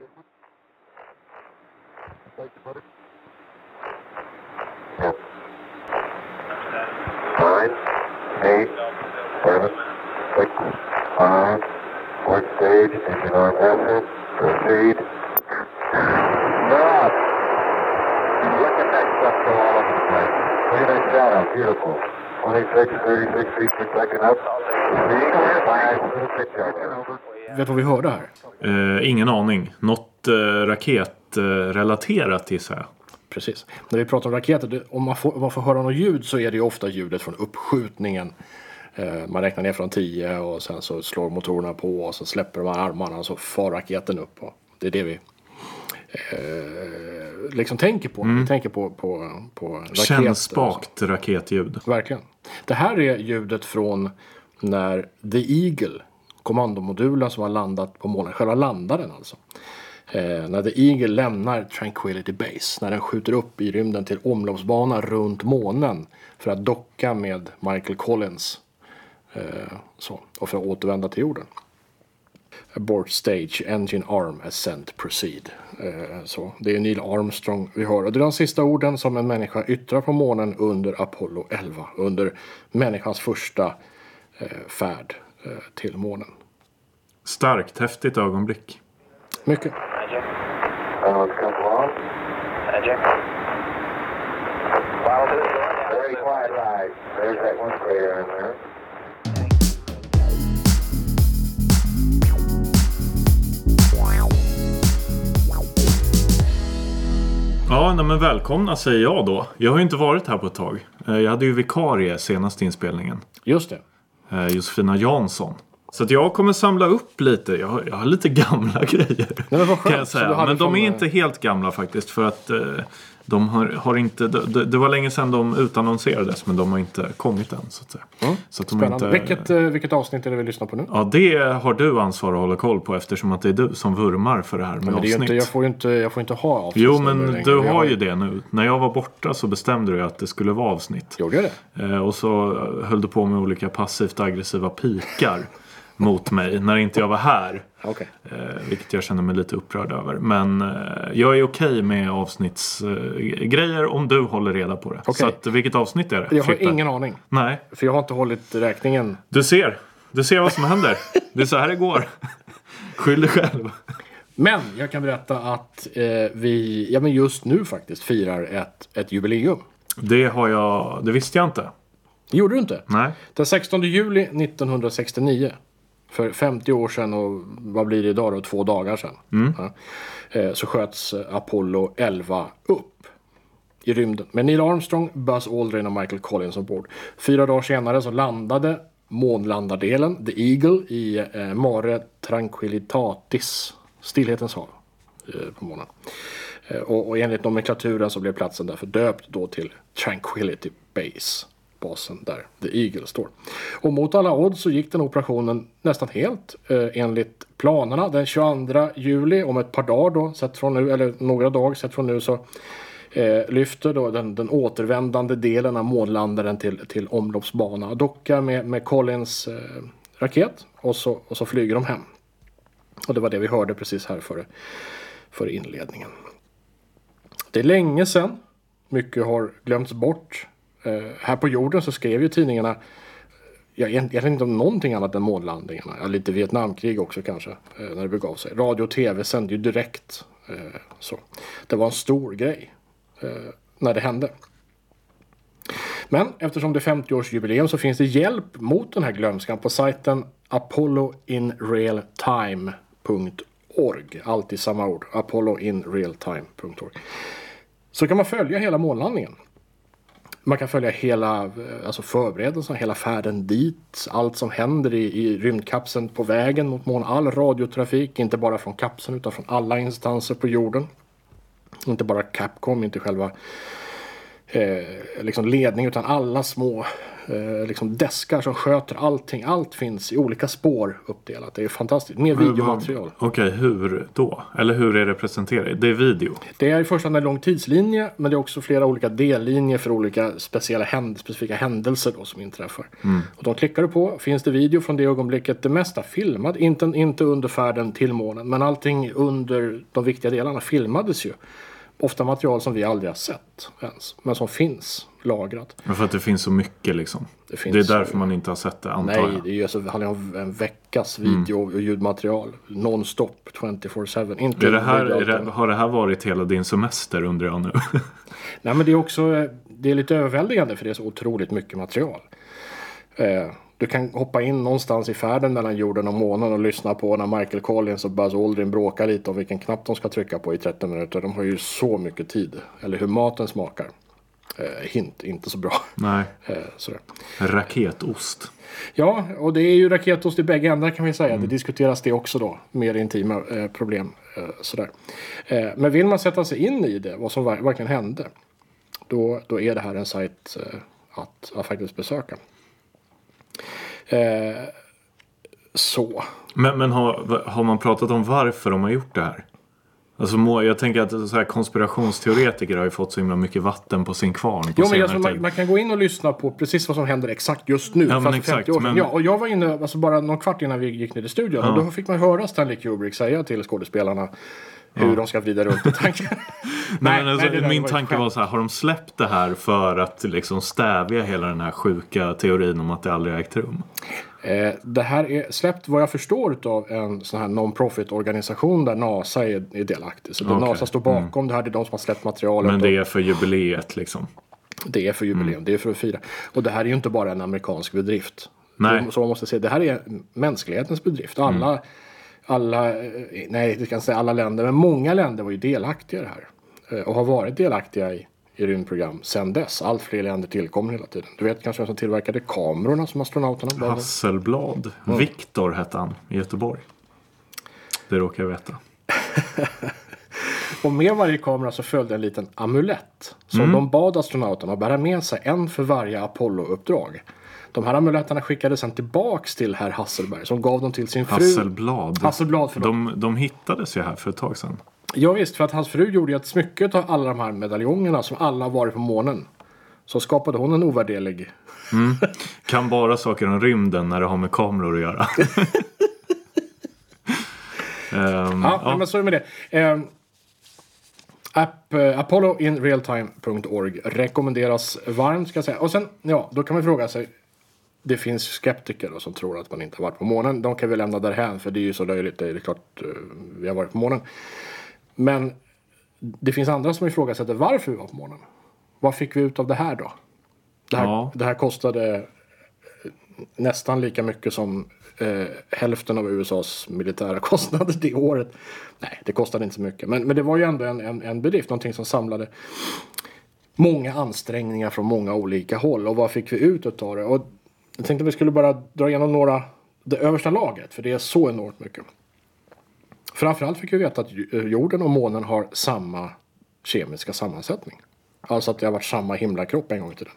Nine, 8, 7, 6, 5, fourth stage, engine arm effort, proceed. Stop! Look at that stuff go all over the place. Look at that shadow, beautiful. 26, 36 feet per second up. Speed, 5, pitch over. Vet du vad vi hörde här? Ingen aning. Något raketrelaterat gissar jag. Precis. När vi pratar om raketer, om man får höra något ljud så är det ju ofta ljudet från uppskjutningen. Man räknar ner från 10 och sen så slår motorerna på och så släpper man armarna och så far raketen upp. Och det är det vi liksom tänker på. Vi tänker på raketer. Kännspakt raketljud. Verkligen. Det här är ljudet från när The Eagle, kommandomodulen som har landat på månen, själva landaren alltså. När The Eagle lämnar Tranquility Base, när den skjuter upp i rymden till omloppsbana runt månen för att docka med Michael Collins och för att återvända till jorden. Abort stage, engine arm, ascent, proceed. Så det är Neil Armstrong vi hör. Och det är de sista orden som en människa yttrar på månen under Apollo 11. Under människans första färd till månen. Starkt, häftigt ögonblick. Mycket. Very quiet ride. There's that one crater in there. Ja, men välkomna säger jag då. Jag har ju inte varit här på ett tag. Jag hade ju vikarie senaste inspelningen. Just det. Josefina Jansson. Så att jag kommer samla upp lite. Jag har lite gamla grejer. Nej, men vad skönt. Kan jag säga. Men de är inte helt gamla faktiskt. För att de har inte... Det var länge sedan de utannonserades. Men de har inte kommit än så att säga. Så att de Spännande. inte... Vilket avsnitt är det vi lyssnar på nu? Ja, det har du ansvar att hålla koll på. Eftersom att det är du som vurmar för det här med men det är avsnitt. jag får inte ha avsnitt. Jo, men du har ju det nu. När jag var borta så bestämde du att det skulle vara avsnitt. Gjorde jag det? Och så höll du på med olika passivt aggressiva pikar mot mig när inte jag var här. Okay. Vilket jag känner mig lite upprörd över. Men jag är okej med avsnittsgrejer om du håller reda på det. Okay. Så att, vilket avsnitt är det? Jag har ingen aning. Nej. För jag har inte hållit räkningen. Du ser vad som händer. Det är så här det går. Skyll dig själv. Men jag kan berätta att vi just nu faktiskt firar ett jubileum. Det visste jag inte. Det gjorde du inte? Nej. Den 16 juli 1969. För 50 år sedan och vad blir det idag då? 2 dagar sedan. Så sköts Apollo 11 upp i rymden. Med Neil Armstrong, Buzz Aldrin och Michael Collins ombord. 4 dagar senare så landade månlandardelen, The Eagle, i Mare Tranquillitatis, stillhetens hav på månen. Och enligt nomenklaturen så blev platsen därför döpt då till Tranquility Base. Basen där The Eagle står. Och mot alla odds så gick den operationen nästan helt enligt planerna. Den 22 juli, om ett par dagar då, sett från nu, eller några dagar sett från nu, så lyfter då den återvändande delen av månlandaren till omloppsbana. Dockar med Collins raket och så flyger de hem. Och det var det vi hörde precis här före inledningen. Det är länge sedan. Mycket har glömts bort. Här på jorden så skrev ju tidningarna jag vet inte om någonting annat än månlandningarna. Lite Vietnamkrig också kanske när det begav sig. Radio och tv sände ju direkt. Så. Det var en stor grej när det hände. Men eftersom det är 50-årsjubileum så finns det hjälp mot den här glömskan på sajten apolloinrealtime.org. Alltid samma ord. apolloinrealtime.org. Så kan man följa hela månlandningen. Man kan följa hela förberedelsen, hela färden dit. Allt som händer i rymdkapseln på vägen mot månen. All radiotrafik, inte bara från kapseln utan från alla instanser på jorden. Inte bara Capcom, inte själva ledning, utan alla små liksom deskar som sköter allting. Allt finns i olika spår uppdelat. Det är fantastiskt. Med videomaterial. Okej, hur då? Eller hur är det presenterat? Det är video? Det är i första hand en lång tidslinje, men det är också flera olika dellinjer för olika specifika händelser då som inträffar. Och de klickar du på, finns det video från det ögonblicket. Det mesta filmad, inte under färden till månen, men allting under de viktiga delarna filmades ju. Ofta material som vi aldrig har sett ens, men som finns lagrat. Men för att det finns så mycket liksom. Det är därför man inte har sett det, antar jag. Nej, det är ju så, handlar om en veckas video och ljudmaterial. Non-stop, 24/7. Inte har det här varit hela din semester, undrar jag nu? Nej, men det är också det är lite överväldigande för det är så otroligt mycket material. Du kan hoppa in någonstans i färden mellan jorden och månen och lyssna på när Michael Collins och Buzz Aldrin bråkar lite om vilken knapp de ska trycka på i 30 minuter. De har ju så mycket tid. Eller hur maten smakar. Inte så bra. Nej. Sådär. Raketost. Ja, och det är ju raketost i bägge ändar kan vi säga. Det diskuteras det också då. Mer intima problem. Sådär. Men vill man sätta sig in i det, vad som verkligen hände. Då är det här en sajt att faktiskt besöka. Så. Men har man pratat om varför de har gjort det här? Alltså jag tänker att så här konspirationsteoretiker har ju fått så himla mycket vatten på sin kvarn. Jo, men alltså, man kan gå in och lyssna på precis vad som händer exakt just nu. Ja, men exakt. Ja, och jag var inne alltså bara någon kvart innan vi gick ner i studion. Och då fick man höra Stanley Kubrick säga till skådespelarna hur de ska vrida runt i tanken. Min tanke var så här, har de släppt det här för att liksom stävja hela den här sjuka teorin om att det aldrig ägt rum? Det här är släppt vad jag förstår av en sån här non-profit organisation där NASA är delaktig. Så NASA står bakom det här, det är de som har släppt materialet. Men det är för jubileet liksom? Det är för jubileum, det är för att fira. Och det här är ju inte bara en amerikansk bedrift. Nej. Så man måste säga, det här är mänsklighetens bedrift. Alla länder, men många länder var ju delaktiga i det här. Och har varit delaktiga i rymdprogram sedan dess. Allt fler länder tillkommer hela tiden. Du vet kanske vem som tillverkade kamerorna som astronauterna? Hasselblad. Viktor hette han i Göteborg. Det råkar jag veta. Och med varje kamera så följde en liten amulett. Som de bad astronauterna bära med sig, en för varje Apollo-uppdrag. De här amuletterna skickades sen tillbaks till herr Hasselberg som gav dem till sin fru. Hasselblad, förlåt. De hittades ju här för ett tag sedan. Ja visst, för att hans fru gjorde ett smycke av alla de här medaljongerna som alla varit på månen. Så skapade hon en ovärderlig... Kan bara saker om rymden när det har med kameror att göra. Men så är det med det. Apolloinrealtime.org rekommenderas varmt ska jag säga. Och sen, då kan man fråga sig. Det finns skeptiker då, som tror att man inte har varit på månen. De kan vi lämna därhän för det är ju så löjligt. Det är klart vi har varit på månen. Men det finns andra som ifrågasätter varför vi var på månen. Vad fick vi ut av det här då? Det här kostade nästan lika mycket som hälften av USAs militära kostnader det året. Nej, det kostade inte så mycket. Men det var ju ändå en bedrift. Någonting som samlade många ansträngningar från många olika håll. Och vad fick vi ut av det? Och jag tänkte att vi skulle bara dra igenom det översta lagret. För det är så enormt mycket. Framförallt fick vi veta att jorden och månen har samma kemiska sammansättning. Alltså att det har varit samma himlakropp en gång i tiden.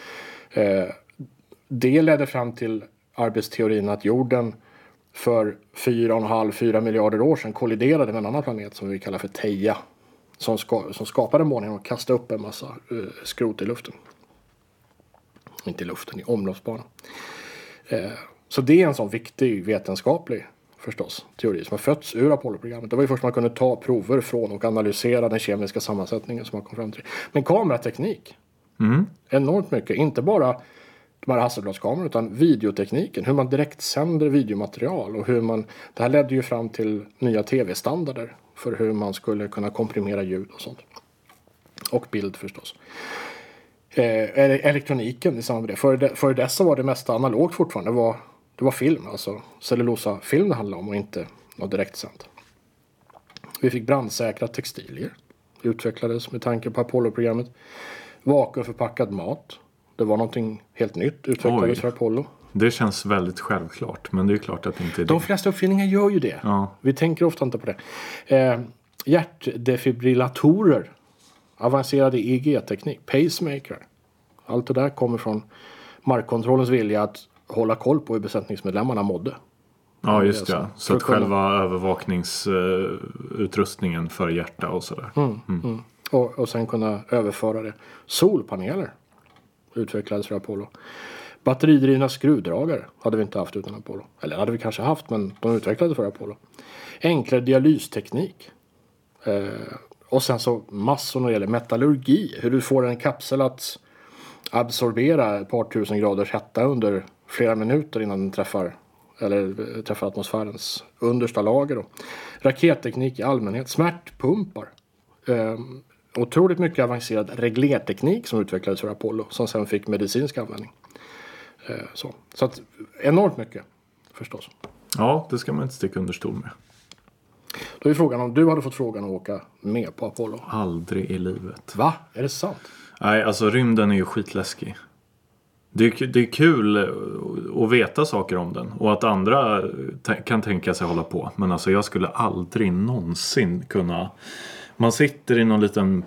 Det ledde fram till arbetsteorin att jorden för 4,5-4 miljarder år sedan kolliderade med en annan planet som vi kallar för Theia. Som skapade månen och kastade upp en massa skrot i luften. Inte i luften, i omloppsbanan. Så det är en sån viktig vetenskaplig förstås teori som har fötts ur Apollo-programmet. Det var ju först man kunde ta prover från och analysera den kemiska sammansättningen som man kom fram till. Men kamerateknik. Enormt mycket. Inte bara de här Hasselbladskameror utan videotekniken. Hur man direkt sänder videomaterial. Och det här ledde ju fram till nya tv-standarder. För hur man skulle kunna komprimera ljud och sånt. Och bild förstås. Elektroniken i samband med det. För dessa var det mesta analogt fortfarande. Det var film, alltså cellulosafilm det handlade om och inte något direkt sänt. Vi fick brandsäkra textilier. Utvecklades med tanke på Apollo-programmet. Vakuumförpackad mat. Det var någonting helt nytt utvecklades för Apollo. Det känns väldigt självklart, men det är klart att det inte är det. De flesta uppfinningar gör ju det. Ja. Vi tänker ofta inte på det. Hjärtdefibrillatorer. Avancerad EEG-teknik. Pacemaker. Allt det där kommer från markkontrollens vilja att hålla koll på hur besättningsmedlemmarna mådde. Ja, just det. Så att själva övervakningsutrustningen för hjärta och sådär. Och sen kunna överföra det. Solpaneler utvecklades för Apollo. Batteridrivna skruvdragare hade vi inte haft utan Apollo. Eller hade vi kanske haft, men de utvecklades för Apollo. Enklare dialysteknik. Och sen så massor när det gäller metallurgi. Hur du får en kapsel att absorbera ett par tusen graders hetta under flera minuter innan den träffar atmosfärens understa lager. Då. Raketteknik i allmänhet. Smärtpumpar. Otroligt mycket avancerad reglerteknik som utvecklades för Apollo. Som sen fick medicinsk användning. Så att enormt mycket förstås. Ja, det ska man inte sticka under stol med. Då är frågan om du hade fått frågan att åka med på Apollo. Aldrig i livet. Va? Är det sant? Nej, alltså rymden är ju skitläskig. Det är kul att veta saker om den. Och att andra kan tänka sig hålla på. Men alltså jag skulle aldrig någonsin kunna... Man sitter i någon liten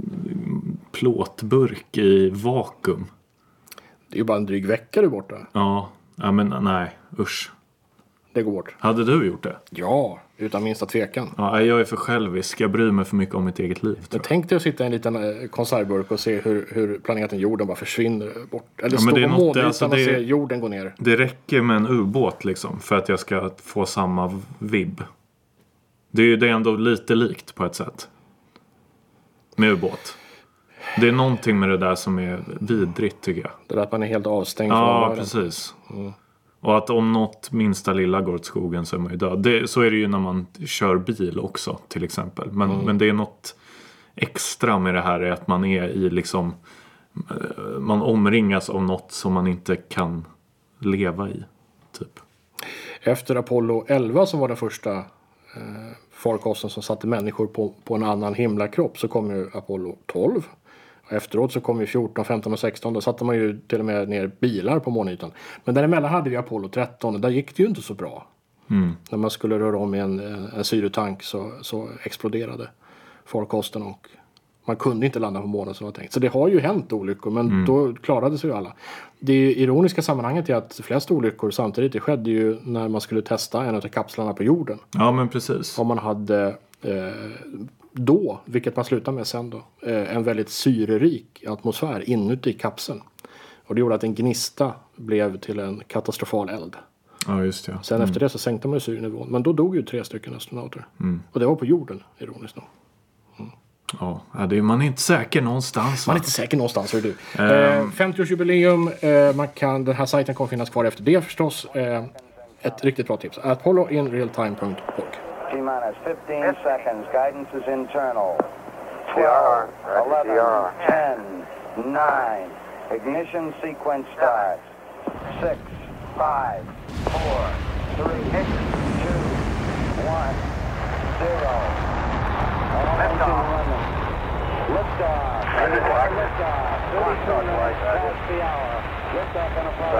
plåtburk i vakuum. Det är ju bara en dryg vecka du är borta. Ja, men nej, usch. Det går bort. Hade du gjort det? Ja, utan minsta tvekan. Ja, jag är för självisk. Jag bryr mig för mycket om mitt eget liv. Jag tänkte att sitta i en liten konservburk och se hur planeten jorden bara försvinner bort. Eller stå på månytan och se jorden gå ner. Det räcker med en ubåt liksom för att jag ska få samma vibb. Det är ändå lite likt på ett sätt. Med ubåt. Det är någonting med det där som är vidrigt tycker jag. Det där att man är helt avstängd från världen. Ja, precis. Och att om något minsta lilla går åt skogen så är man ju död. Så är det ju när man kör bil också till exempel. Men det är något extra med det här är att man är i liksom... Man omringas av något som man inte kan leva i. Typ. Efter Apollo 11 som var den första farkosten som satte människor på en annan himlakropp så kom ju Apollo 12. Och efteråt så kom ju 14, 15 och 16. Då satte man ju till och med ner bilar på månytan. Men däremellan hade vi Apollo 13 och där gick det ju inte så bra. När man skulle röra om i en syretank så exploderade farkosten och man kunde inte landa på månen som var tänkt. Så det har ju hänt olyckor men då klarade sig ju alla. Det ironiska sammanhanget är att flest olyckor samtidigt det skedde ju när man skulle testa en av kapslarna på jorden. Ja men precis. Om man hade då, vilket man slutar med sen då, en väldigt syrerik atmosfär inuti kapseln. Och det gjorde att en gnista blev till en katastrofal eld. Ja just det. Sen efter det så sänkte man ju syrenivån. Men då dog ju 3 stycken astronauter. Och det var på jorden, ironiskt nog. Ja, man är inte säker någonstans. Man är inte säker någonstans, hör du. 50-årsjubileum, den här sajten kommer finnas kvar efter det förstås. Ett riktigt bra tips. apolloinrealtime.org. T-minus 15 seconds. Guidance is internal. 12, 11, 10, 9. Ignition sequence starts. 6, 5, 4, 3, 2, 1, 0. Liftoff. Liftoff. Liftoff. 32 minutes past the hour. Liftoff on Apollo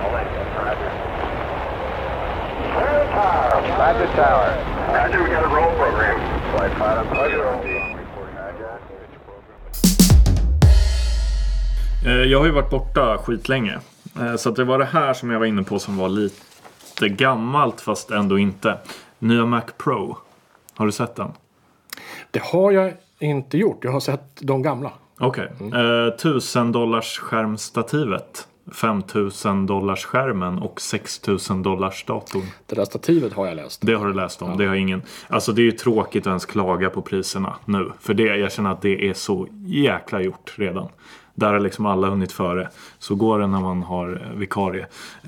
11. Roger Tower. Roger, we got a roll program. Flight pilot, pleasure. Jag har ju varit borta skitlänge. Så att det var det här som jag var inne på som var lite gammalt fast ändå inte. Nya Mac Pro. Har du sett den? Det har jag inte gjort. Jag har sett de gamla. Okej. $1,000 skärmstativet. $5,000 skärmen och $6,000 datorn. Det där stativet har jag läst. Det har du läst om. Ja. Det har ingen. Alltså det är ju tråkigt att ens klaga på priserna nu. För det, jag känner att det är så jäkla gjort redan. Där har liksom alla hunnit före. Så går det när man har vikarie.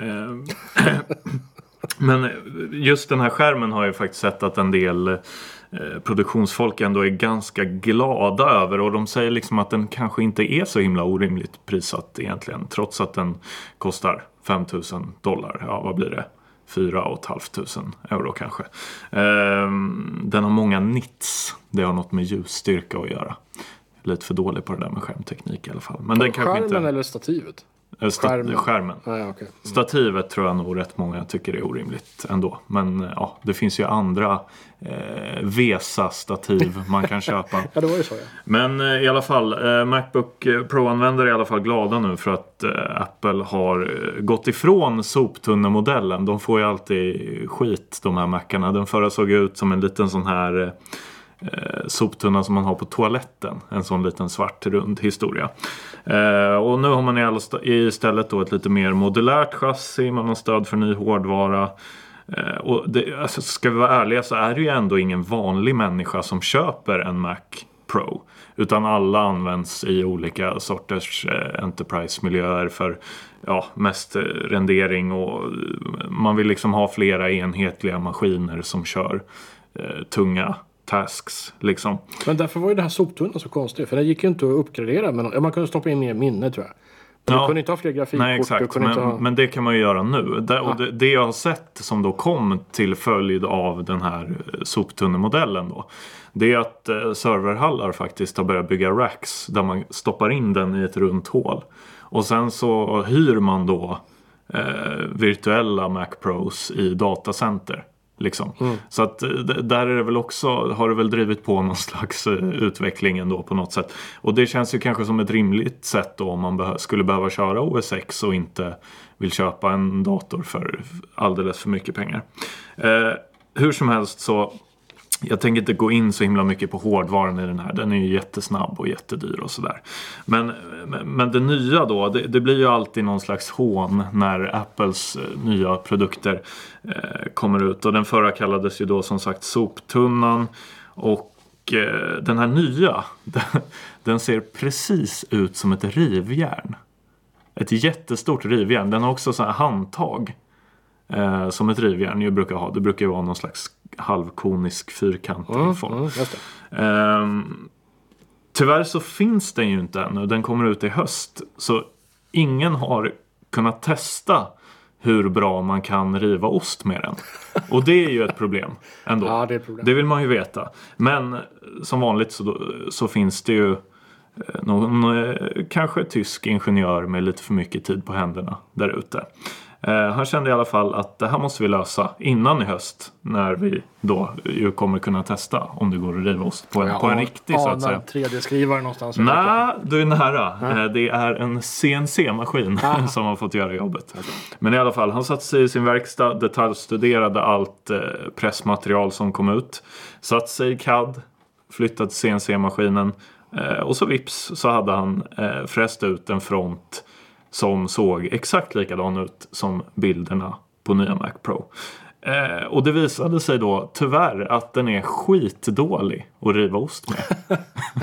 Men just den här skärmen har jag faktiskt sett att en del produktionsfolk ändå är ganska glada över. Och de säger liksom att den kanske inte är så himla orimligt prissatt egentligen. Trots att den kostar $5,000. Ja, vad blir det? 4 500 euro kanske. Den har många nits. Det har något med ljusstyrka att göra. Lite för dålig på det där med skärmteknik i alla fall. Men den kanske skärmen inte... eller stativet? Skärmen. Ah, ja, okay. Stativet tror jag nog rätt många tycker är orimligt ändå. Men ja, det finns ju andra VESA-stativ man kan köpa. Ja, det var ju så, ja. Men i alla fall, Macbook Pro-användare är i alla fall glada nu för att Apple har gått ifrån soptunnemodellen. De får ju alltid skit, de här Macarna. Den förra såg ut som en liten sån här soptunna som man har på toaletten. En sån liten svart rund historia. Och nu har man istället då ett lite mer modulärt chassi. Man har stöd för ny hårdvara. Och alltså, ska vi vara ärliga så är det ju ändå ingen vanlig människa som köper en Mac Pro. Utan alla används i olika sorters enterprise-miljöer för mest rendering. Och man vill liksom ha flera enhetliga maskiner som kör tunga tasks liksom. Men därför var ju det här soptunnan så konstigt. För det gick ju inte att uppgradera. Men man kunde stoppa in mer minne, tror jag. Men du kunde inte ha fler grafikkort. Nej, exakt. Men det kan man ju göra nu. Det jag har sett som då kom till följd av den här soptunnemodellen då. Det är att serverhallar faktiskt har börjat bygga racks där man stoppar in den i ett runt hål. Och sen så hyr man då virtuella Mac Pros i datacenter. Liksom. Så att där är det väl också, har det väl drivit på någon slags utveckling ändå på något sätt. Och det känns ju kanske som ett rimligt sätt då om man skulle behöva köra OS X och inte vill köpa en dator för alldeles för mycket pengar. Hur som helst så jag tänker inte gå in så himla mycket på hårdvaran i den här. Den är ju jättesnabb och jättedyr och sådär. Men det nya då, det blir ju alltid någon slags hån när Apples nya produkter kommer ut. Och den förra kallades ju då som sagt soptunnan. Och den här nya, den ser precis ut som ett rivjärn. Ett jättestort rivjärn. Den har också så här handtag. Som ett rivjärn ju brukar ha. Det brukar ju vara någon slags halvkonisk fyrkantig form. Tyvärr så finns den ju inte ännu. Den kommer ut i höst. Så ingen har kunnat testa hur bra man kan riva ost med den. Och det är ju ett problem ändå. Ja, det är ett problem. Det vill man ju veta. Men som vanligt så finns det ju någon kanske tysk ingenjör med lite för mycket tid på händerna där ute. Han kände i alla fall att det här måste vi lösa innan i höst när vi då ju kommer kunna testa om det går att riva ost på en riktig så att säga. 3D-skrivare någonstans. Nej, du är nära. Det är en CNC-maskin som har fått göra jobbet. Men i alla fall, han satt sig i sin verkstad, detaljstuderade allt pressmaterial som kom ut. Satt sig i CAD, flyttade till CNC-maskinen och så vips så hade han fräst ut en front som såg exakt likadan ut som bilderna på nya Mac Pro. Och det visade sig då tyvärr att den är skitdålig att riva ost med.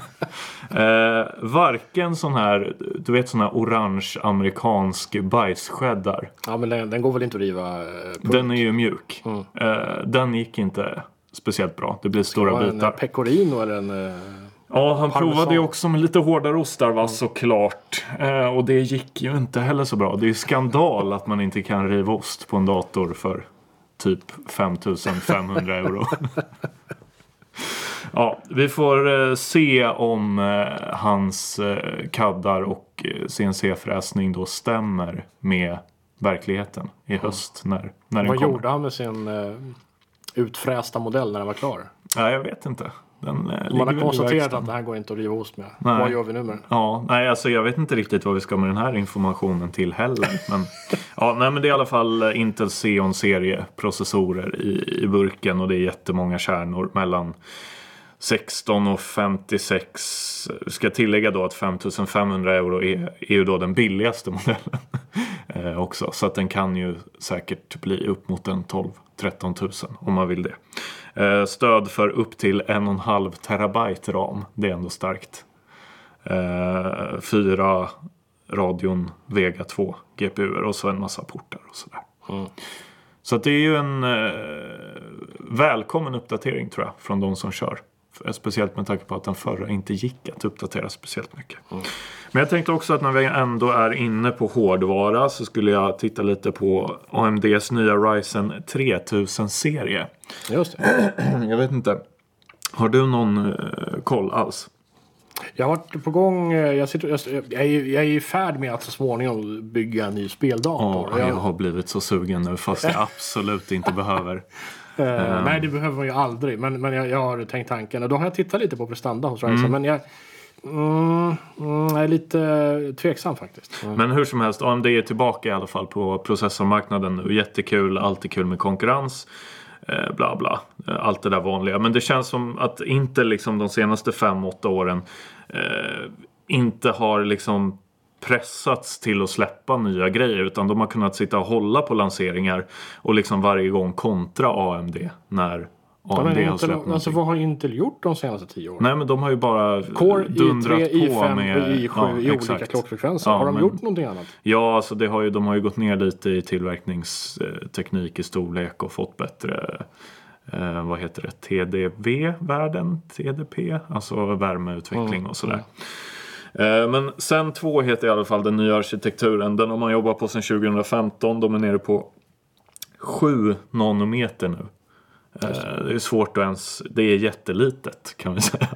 Varken sån här, du vet sån här orange amerikansk bajsskäddar. Ja, men den går väl inte att riva? Den är ju mjuk. Den gick inte speciellt bra. Det blir stora bitar. En pecorino eller en... Ja, han provade ju också med lite hårdare ostar såklart. Och det gick ju inte heller så bra. Det är ju skandal att man inte kan riva ost på en dator för typ 5.500 euro. Ja, vi får se om hans kaddar och CNC-fräsning då stämmer med verkligheten i höst när den kommer. Vad gjorde han med sin utfrästa modell när den var klar? Ja, jag vet inte. Man har konstaterat att det här går inte att riva ost med. Nej. Vad gör vi nu med den? Ja, nej, alltså jag vet inte riktigt vad vi ska med den här informationen till heller. Men, men det är i alla fall Intel Xeon-serieprocessorer i burken och det är jättemånga kärnor mellan 16 och 56. Jag ska tillägga då att 5.500 euro är ju då den billigaste modellen också. Så att den kan ju säkert bli upp mot en 12-13 000 om man vill det. Stöd för upp till 1,5 terabyte ram. Det är ändå starkt. 4 Radeon Vega 2 GPUer och så en massa portar och sådär. Så att det är ju en välkommen uppdatering tror jag från de som kör. Speciellt med tanke på att den förra inte gick att uppdatera speciellt mycket. Men jag tänkte också att när vi ändå är inne på hårdvara så skulle jag titta lite på AMDs nya Ryzen 3000-serie. Just det. Jag vet inte. Har du någon koll alls? Jag har varit på gång, jag är i färd med att så småningom bygga en ny speldator. Jag har blivit så sugen nu fast jag absolut inte behöver. Nej, det behöver man ju aldrig. Men jag har tänkt tanken. Och då har jag tittat lite på prestanda hos Ryzen. Men jag är lite tveksam faktiskt. Men hur som helst, AMD är tillbaka i alla fall på processormarknaden nu. Jättekul, alltid kul med konkurrens. Bla bla, allt det där vanliga. Men det känns som att inte liksom de senaste 5-8 åren inte har liksom pressats till att släppa nya grejer, utan de har kunnat sitta och hålla på lanseringar och liksom varje gång kontra AMD när AMD har släppt någonting. Alltså vad har Intel gjort de senaste 10 åren? Nej, men de har ju bara Core, dundrat i3, på i5 med och i7 i olika klockfrekvenser. Har de gjort någonting annat? Ja, alltså de har ju gått ner lite i tillverkningsteknik i storlek och fått bättre vad heter det? TDV-värden? TDP? Alltså värmeutveckling och sådär. Men Zen 2 heter i alla fall den nya arkitekturen. Den har man jobbat på sedan 2015. De är nere på 7 nanometer nu. Det är svårt att ens... Det är jättelitet kan vi säga.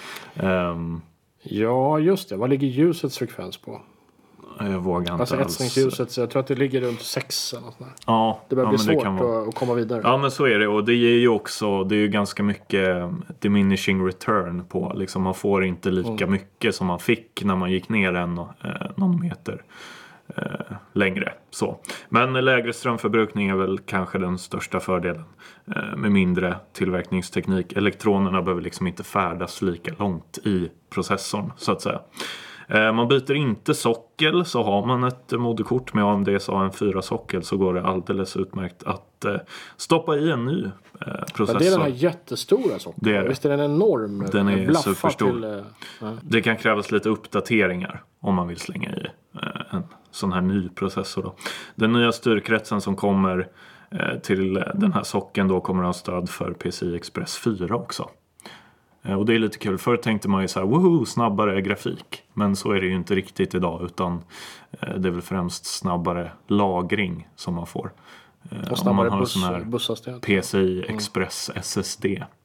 Ja, just det. Vad ligger ljusets frekvens på? Jag vågar inte alltså etsningsljuset, så jag tror att det ligger runt 6 eller något sånt. Ja, det börjar bli svårt att komma vidare. Ja, men så är det. Och det ger ju också, det är ju ganska mycket diminishing return på. Liksom, man får inte lika mycket som man fick när man gick ner en nanometer längre. Så. Men lägre strömförbrukning är väl kanske den största fördelen. Med mindre tillverkningsteknik. Elektronerna behöver liksom inte färdas lika långt i processorn, så att säga. Man byter inte sockel, så har man ett moderkort med AMDs AM4-sockel så går det alldeles utmärkt att stoppa i en ny processor. Det är den här jättestora sockeln. Det är det. Visst är den enorm? Den är superstor. Det kan krävas lite uppdateringar om man vill slänga i en sån här ny processor då. Den nya styrkretsen som kommer till den här sockeln då kommer att ha stöd för PCI Express 4 också. Och det är lite kul. Förr tänkte man ju så här, woho, snabbare grafik. Men så är det ju inte riktigt idag, utan det är väl främst snabbare lagring som man får. Och snabbare om man har sån här busshastighet. PCI Express SSD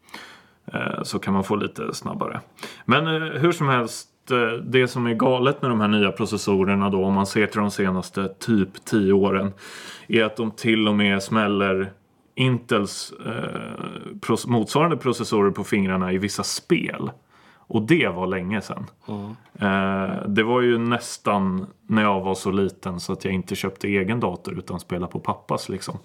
så kan man få lite snabbare. Men hur som helst, det som är galet med de här nya processorerna då, om man ser till de senaste typ 10 åren, är att de till och med smäller Intels motsvarande processorer på fingrarna i vissa spel. Och det var länge sedan. Det var ju nästan när jag var så liten så att jag inte köpte egen dator utan spelade på pappas liksom.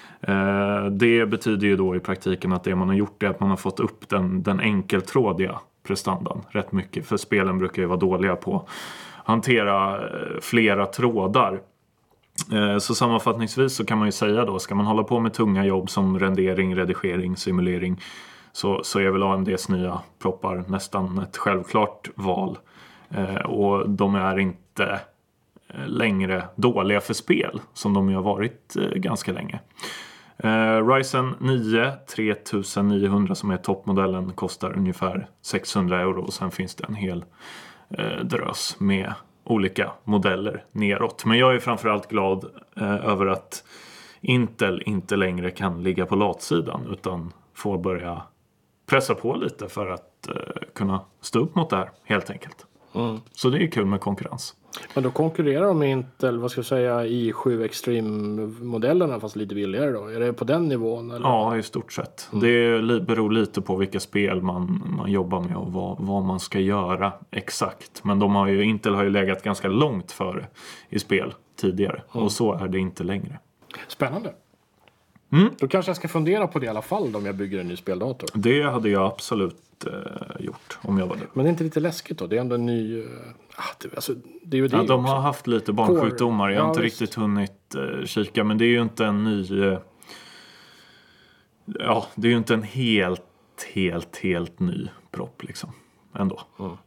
Det betyder ju då i praktiken att det man har gjort är att man har fått upp den enkeltrådiga prestandan rätt mycket. För spelen brukar ju vara dåliga på att hantera flera trådar. Så sammanfattningsvis så kan man ju säga då, ska man hålla på med tunga jobb som rendering, redigering, simulering, så är väl AMDs nya proppar nästan ett självklart val. Och de är inte längre dåliga för spel som de ju har varit ganska länge. Ryzen 9 3900 som är toppmodellen kostar ungefär 600 euro och sen finns det en hel drös med olika modeller neråt. Men jag är framförallt glad över att Intel inte längre kan ligga på latsidan utan får börja pressa på lite för att kunna stå upp mot det här helt enkelt. Så det är kul med konkurrens. Men då konkurrerar de med Intel, vad ska jag säga, i7 Extreme-modellerna fast lite billigare då? Är det på den nivån? Eller? Ja, i stort sett. Det beror lite på vilka spel man jobbar med och vad man ska göra exakt. Men Intel har ju legat ganska långt före i spel tidigare. Och så är det inte längre. Spännande. Då kanske jag ska fundera på det i alla fall om jag bygger en ny speldator. Det hade jag absolut gjort om jag var det. Men det är inte lite läskigt då? Det är ändå en ny... det är ju det de har haft lite barnsjukdomar. Jag har inte riktigt hunnit kika. Men det är ju inte en ny... det är ju inte en helt ny propp liksom. Ändå.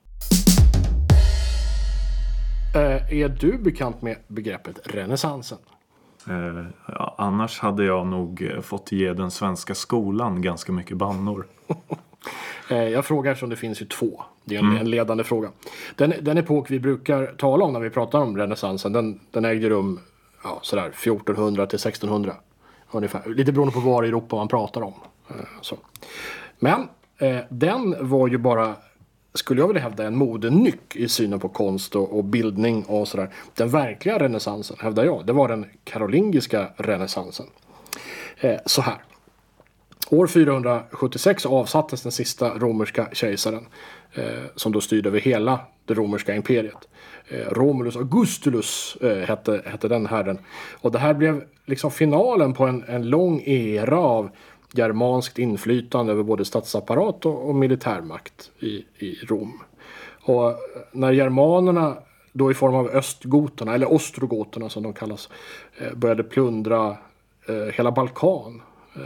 Är du bekant med begreppet renässansen? Annars hade jag nog fått ge den svenska skolan ganska mycket bannor. Jag frågar eftersom det finns ju 2. Det är en ledande fråga. Den epok vi brukar tala om när vi pratar om renässansen, den ägde rum sådär 1400 till 1600 ungefär. Lite beroende på var i Europa man pratar om. Så. Men den var ju bara skulle jag vilja hävda, en modenyck i synen på konst och bildning och sådär. Den verkliga renässansen, hävdar jag, det var den karolingiska renässansen. Så här. År 476 avsattes den sista romerska kejsaren som då styrde över hela det romerska imperiet. Romulus Augustulus hette den herren. Och det här blev liksom finalen på en lång era av germanskt inflytande över både statsapparat och militärmakt i Rom. Och när germanerna då i form av östgoterna, eller ostrogoterna som de kallas, började plundra hela Balkan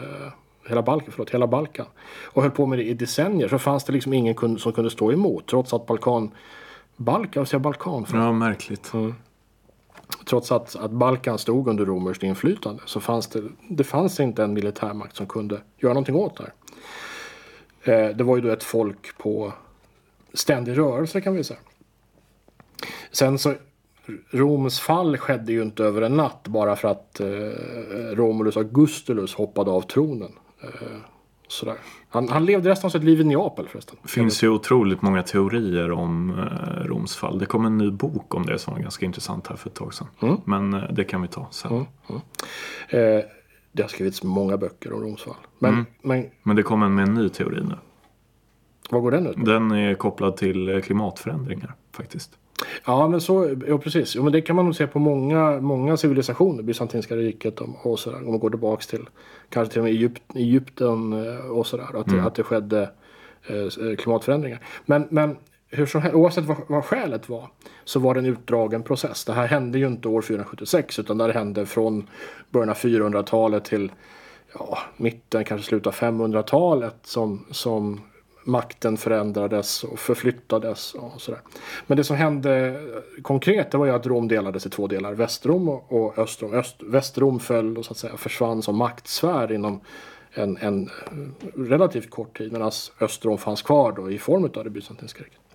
och höll på med det i decennier, så fanns det liksom ingen som kunde stå emot, trots att Balkan. Ja, märkligt. Trots att Balkan stod under romerskt inflytande, så fanns det inte en militärmakt som kunde göra någonting åt det här. Det var ju då ett folk på ständig rörelse, kan vi säga. Sen så, Roms fall skedde ju inte över en natt bara för att Romulus Augustulus hoppade av tronen. Sådär. Han levde resten av sitt liv i Neapel förresten. Det finns ju otroligt många teorier om Roms fall. Det kom en ny bok om det som var ganska intressant här för ett tag sedan. Men det kan vi ta sen. Det har skrivits många böcker om Roms fall. Men det kommer med en ny teori nu. Vad går den ut på? Den är kopplad till klimatförändringar faktiskt. Ja, men så, ja, precis. Ja, men det kan man nog se på många civilisationer, Bysantinska riket och sådär. Om man går tillbaka till kanske till och med Egypten och sådär. Att det skedde klimatförändringar. Men hur som helst, oavsett vad skälet var, så var det en utdragen process. Det här hände ju inte år 476, utan det hände från början av 400-talet till mitten, kanske slutet av 500-talet som makten förändrades och förflyttades och sådär. Men det som hände konkret, det var ju att Rom delades i två delar, Västrom och Östrom. Västrom föll och så att säga försvann som maktsfär inom en relativt kort tid, medan Östrom fanns kvar då i form av det bysantinska riket.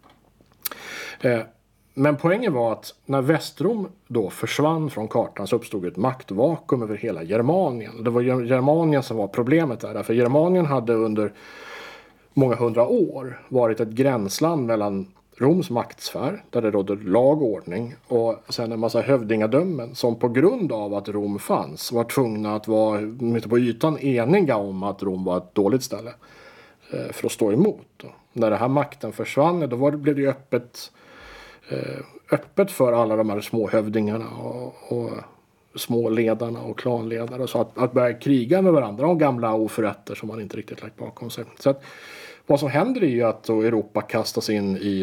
Men poängen var att när Västrom då försvann från kartan, så uppstod ett maktvakuum över hela Germanien. Det var Germanien som var problemet där, för Germanien hade under många hundra år varit ett gränsland mellan Roms maktsfär, där det rådde lag och ordning, och sen en massa hövdingadömen som på grund av att Rom fanns var tvungna att vara på ytan eniga om att Rom var ett dåligt ställe för att stå emot. När den här makten försvann, då blev det ju öppet för alla de här små hövdingarna och små ledarna och klanledare, så att börja kriga med varandra om gamla oförrätter som man inte riktigt lagt bakom sig. Så att vad som händer är ju att Europa kastas in i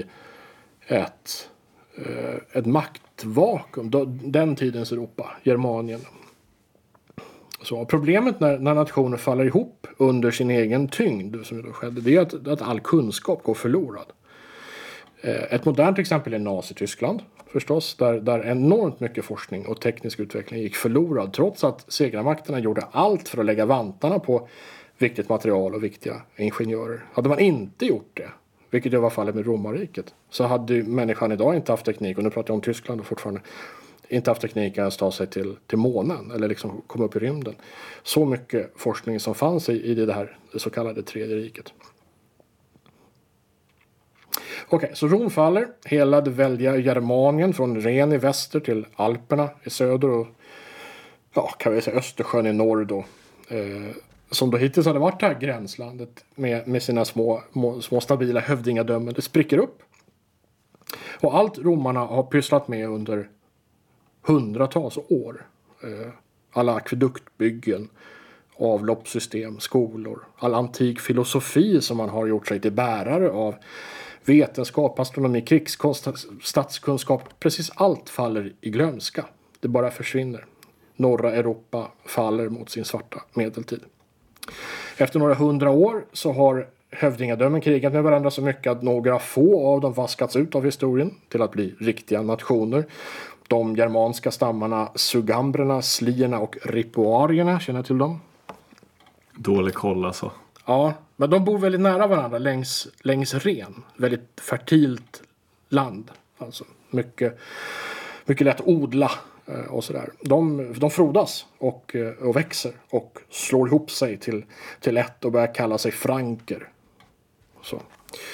ett maktvakuum, den tidens Europa, Germanien. Så problemet när nationer faller ihop under sin egen tyngd, som då skedde, det är att all kunskap går förlorad. Ett modernt exempel är Nazityskland förstås, där enormt mycket forskning och teknisk utveckling gick förlorad, trots att segrarmakterna gjorde allt för att lägga vantarna på viktigt material och viktiga ingenjörer. Hade man inte gjort det, vilket ju var fallet med romarriket, så hade människan idag inte haft teknik, och nu pratar jag om Tyskland och fortfarande, inte haft teknik att ta sig till månen eller liksom komma upp i rymden. Så mycket forskning som fanns i det så kallade tredje riket. Okej, så Rom faller. Hela det väldiga Germanien från Ren i väster till Alperna i söder och kan vi säga Östersjön i norr då. Som då hittills hade varit det här gränslandet med sina små stabila hövdingadömen. Det spricker upp. Och allt romarna har pysslat med under hundratals år. Alla akveduktbyggen, avloppssystem, skolor, all antik filosofi som man har gjort sig till bärare av, vetenskap, astronomi, krigskonst, statskunskap, precis allt faller i glömska. Det bara försvinner. Norra Europa faller mot sin svarta medeltid. Efter några 100 år så har hövdingadömen krigat med varandra så mycket att några få av dem vaskats ut av historien till att bli riktiga nationer. De germanska stammarna sugambrerna, slierna och ripuarierna, känner till dem? Dålig koll alltså. Ja, men de bor väldigt nära varandra längs Ren. Väldigt fertilt land. Alltså mycket lätt att odla och sådär. De frodas och växer och slår ihop sig till ett och börjar kalla sig franker. Så.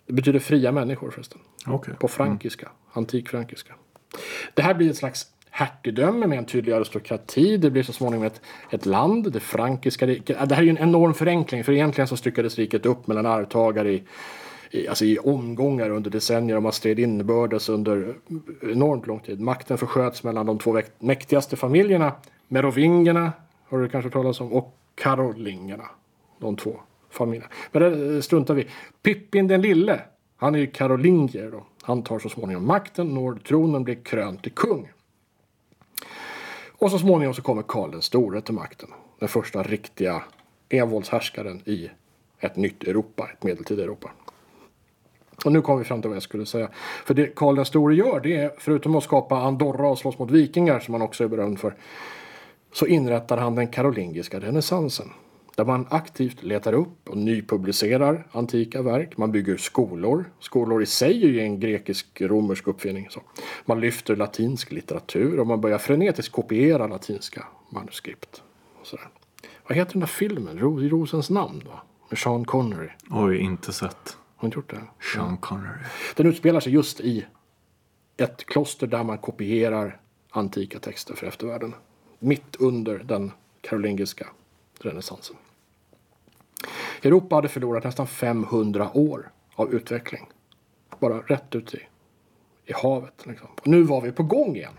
Det betyder fria människor förresten. Okej. På frankiska, antikfrankiska. Det här blir ett slags hertigdöme med en tydlig aristokrati. Det blir så småningom ett land, det frankiska riket. Det här är ju en enorm förenkling, för egentligen så styckades riket upp mellan arvtagare i omgångar under decennier, och man stred inbördes under enormt lång tid. Makten försköts mellan de två mäktigaste familjerna, merovingerna, har du kanske talat om, och karolingerna. De två familjerna. Men det struntar vi. Pippin den lille, han är ju karolingier då. Han tar så småningom makten, når tronen, blir krönt till kung. Och så småningom så kommer Karl den store till makten. Den första riktiga envåldshärskaren i ett nytt Europa, ett medeltida Europa. Och nu kommer vi fram till vad jag skulle säga. För det Karl den store gör, det är, förutom att skapa Andorra och slåss mot vikingar, som han också är berömd för, så inrättar han den karolingiska renässansen. Där man aktivt letar upp och nypublicerar antika verk. Man bygger skolor. Skolor i sig är ju en grekisk-romersk uppfinning. Så. Man lyfter latinsk litteratur och man börjar frenetiskt kopiera latinska manuskript. Och sådär. Vad heter den där filmen? I Rosens namn, va? Med Sean Connery. Oj, inte sett. Har inte gjort det? Sean Connery. Den utspelar sig just i ett kloster där man kopierar antika texter för eftervärlden. Mitt under den karolingiska renässansen. Europa hade förlorat nästan 500 år av utveckling. Bara rätt ut i havet. Liksom. Och nu var vi på gång igen.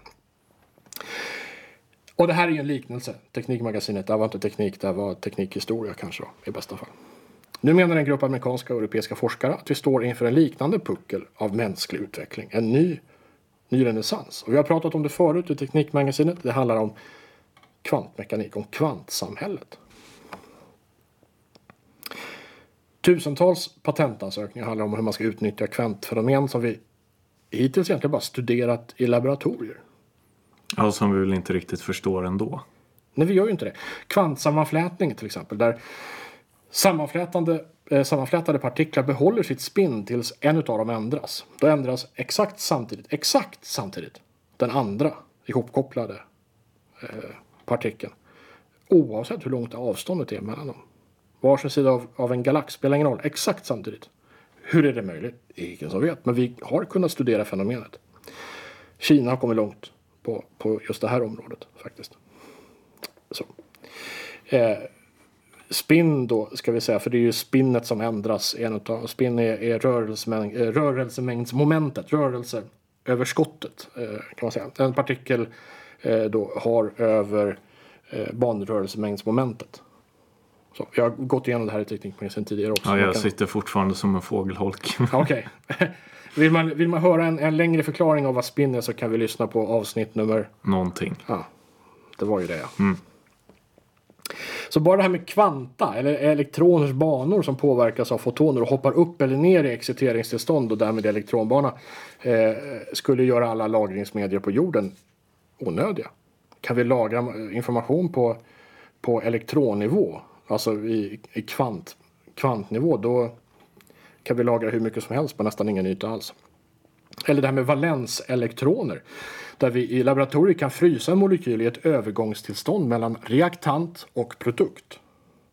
Och det här är ju en liknelse. Teknikmagasinet, det var inte teknik, det var teknikhistoria kanske då, i bästa fall. Nu menar en grupp amerikanska och europeiska forskare att vi står inför en liknande puckel av mänsklig utveckling. En ny renässans. Och vi har pratat om det förut i Teknikmagasinet. Det handlar om kvantmekanik, om kvantsamhället. Tusentals patentansökningar handlar om hur man ska utnyttja kvantfenomen som vi hittills egentligen bara studerat i laboratorier. Ja, som vi väl inte riktigt förstår ändå. Nej, vi gör ju inte det. Kvantsammanflätning till exempel, där sammanflätade partiklar behåller sitt spin tills en av dem ändras. Då ändras exakt samtidigt den andra ihopkopplade partikeln. Oavsett hur långt avståndet är mellan dem. Varsin sida av en galax spelar ingen roll. Exakt samtidigt. Hur är det möjligt? Det är ingen som vet. Men vi har kunnat studera fenomenet. Kina har kommit långt på just det här området faktiskt. Så. Spin då ska vi säga. För det är ju spinnet som ändras. Spin är rörelsemängdsmomentet. Rörelseöverskottet kan man säga. En partikel då har över banrörelsemängdsmomentet. Så, jag har gått igenom det här i Teknikmagasinet tidigare också. Ja, jag sitter fortfarande som en fågelholk. Okej. Vill man höra en längre förklaring av vad spin är, så kan vi lyssna på avsnitt nummer... Någonting. Ja, det var ju det. Ja. Mm. Så bara det här med kvanta, eller elektroners banor som påverkas av fotoner och hoppar upp eller ner i exciteringstillstånd och därmed elektronbana, skulle göra alla lagringsmedier på jorden onödiga. Kan vi lagra information på elektronnivå, alltså i kvantnivå, då kan vi lagra hur mycket som helst på nästan ingen yta alls. Eller det här med valenselektroner, där vi i laboratoriet kan frysa en molekyl i ett övergångstillstånd mellan reaktant och produkt.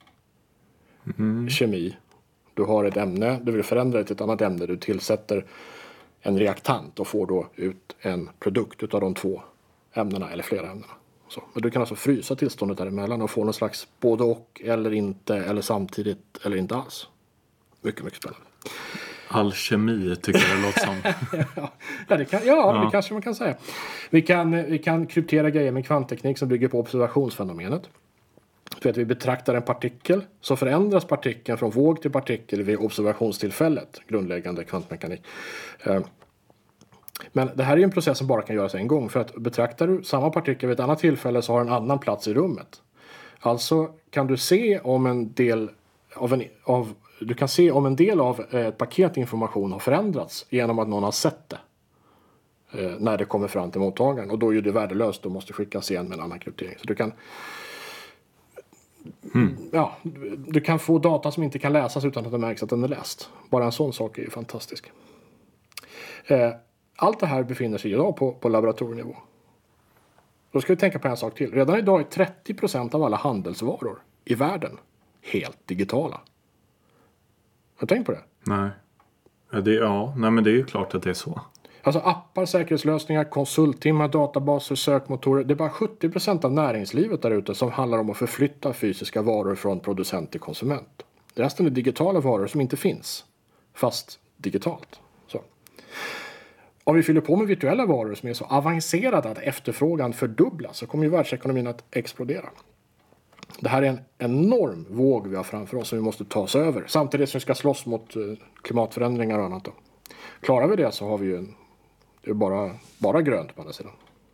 Kemi. Du har ett ämne, du vill förändra det till ett annat ämne, du tillsätter en reaktant och får då ut en produkt utav de två ämnena eller flera ämnena. Så. Men du kan alltså frysa tillståndet däremellan och få någon slags både och, eller inte, eller samtidigt, eller inte alls. Mycket, mycket spännande. Alkemi tycker jag det låter som. Det kanske man kan säga. Vi kan kryptera grejer med kvantteknik som bygger på observationsfenomenet. För att vi betraktar en partikel, så förändras partikeln från våg till partikel vid observationstillfället. Grundläggande kvantmekanik. Men det här är ju en process som bara kan göras en gång. För att betraktar du samma partikel vid ett annat tillfälle så har en annan plats i rummet. Alltså kan du se om en del av ett paket information har förändrats genom att någon har sett det när det kommer fram till mottagaren. Och då är det värdelöst, då måste skickas igen med en annan kryptering. Så du kan få data som inte kan läsas utan att det märks att den är läst. Bara en sån sak är ju fantastisk. Allt det här befinner sig idag på laboratorienivå. Då ska vi tänka på en sak till. Redan idag är 30% av alla handelsvaror i världen helt digitala. Har du tänkt på det? Nej. Men det är ju klart att det är så. Alltså appar, säkerhetslösningar, konsulttimmar, databaser, sökmotorer. Det är bara 70% av näringslivet där ute som handlar om att förflytta fysiska varor från producent till konsument. Resten är digitala varor som inte finns, fast digitalt. Så. Om vi fyller på med virtuella varor som är så avancerade att efterfrågan fördubblas, så kommer ju världsekonomin att explodera. Det här är en enorm våg vi har framför oss som vi måste ta oss över. Samtidigt som vi ska slåss mot klimatförändringar och annat. Då. Klarar vi det så har vi ju det är bara grönt på andra sidan.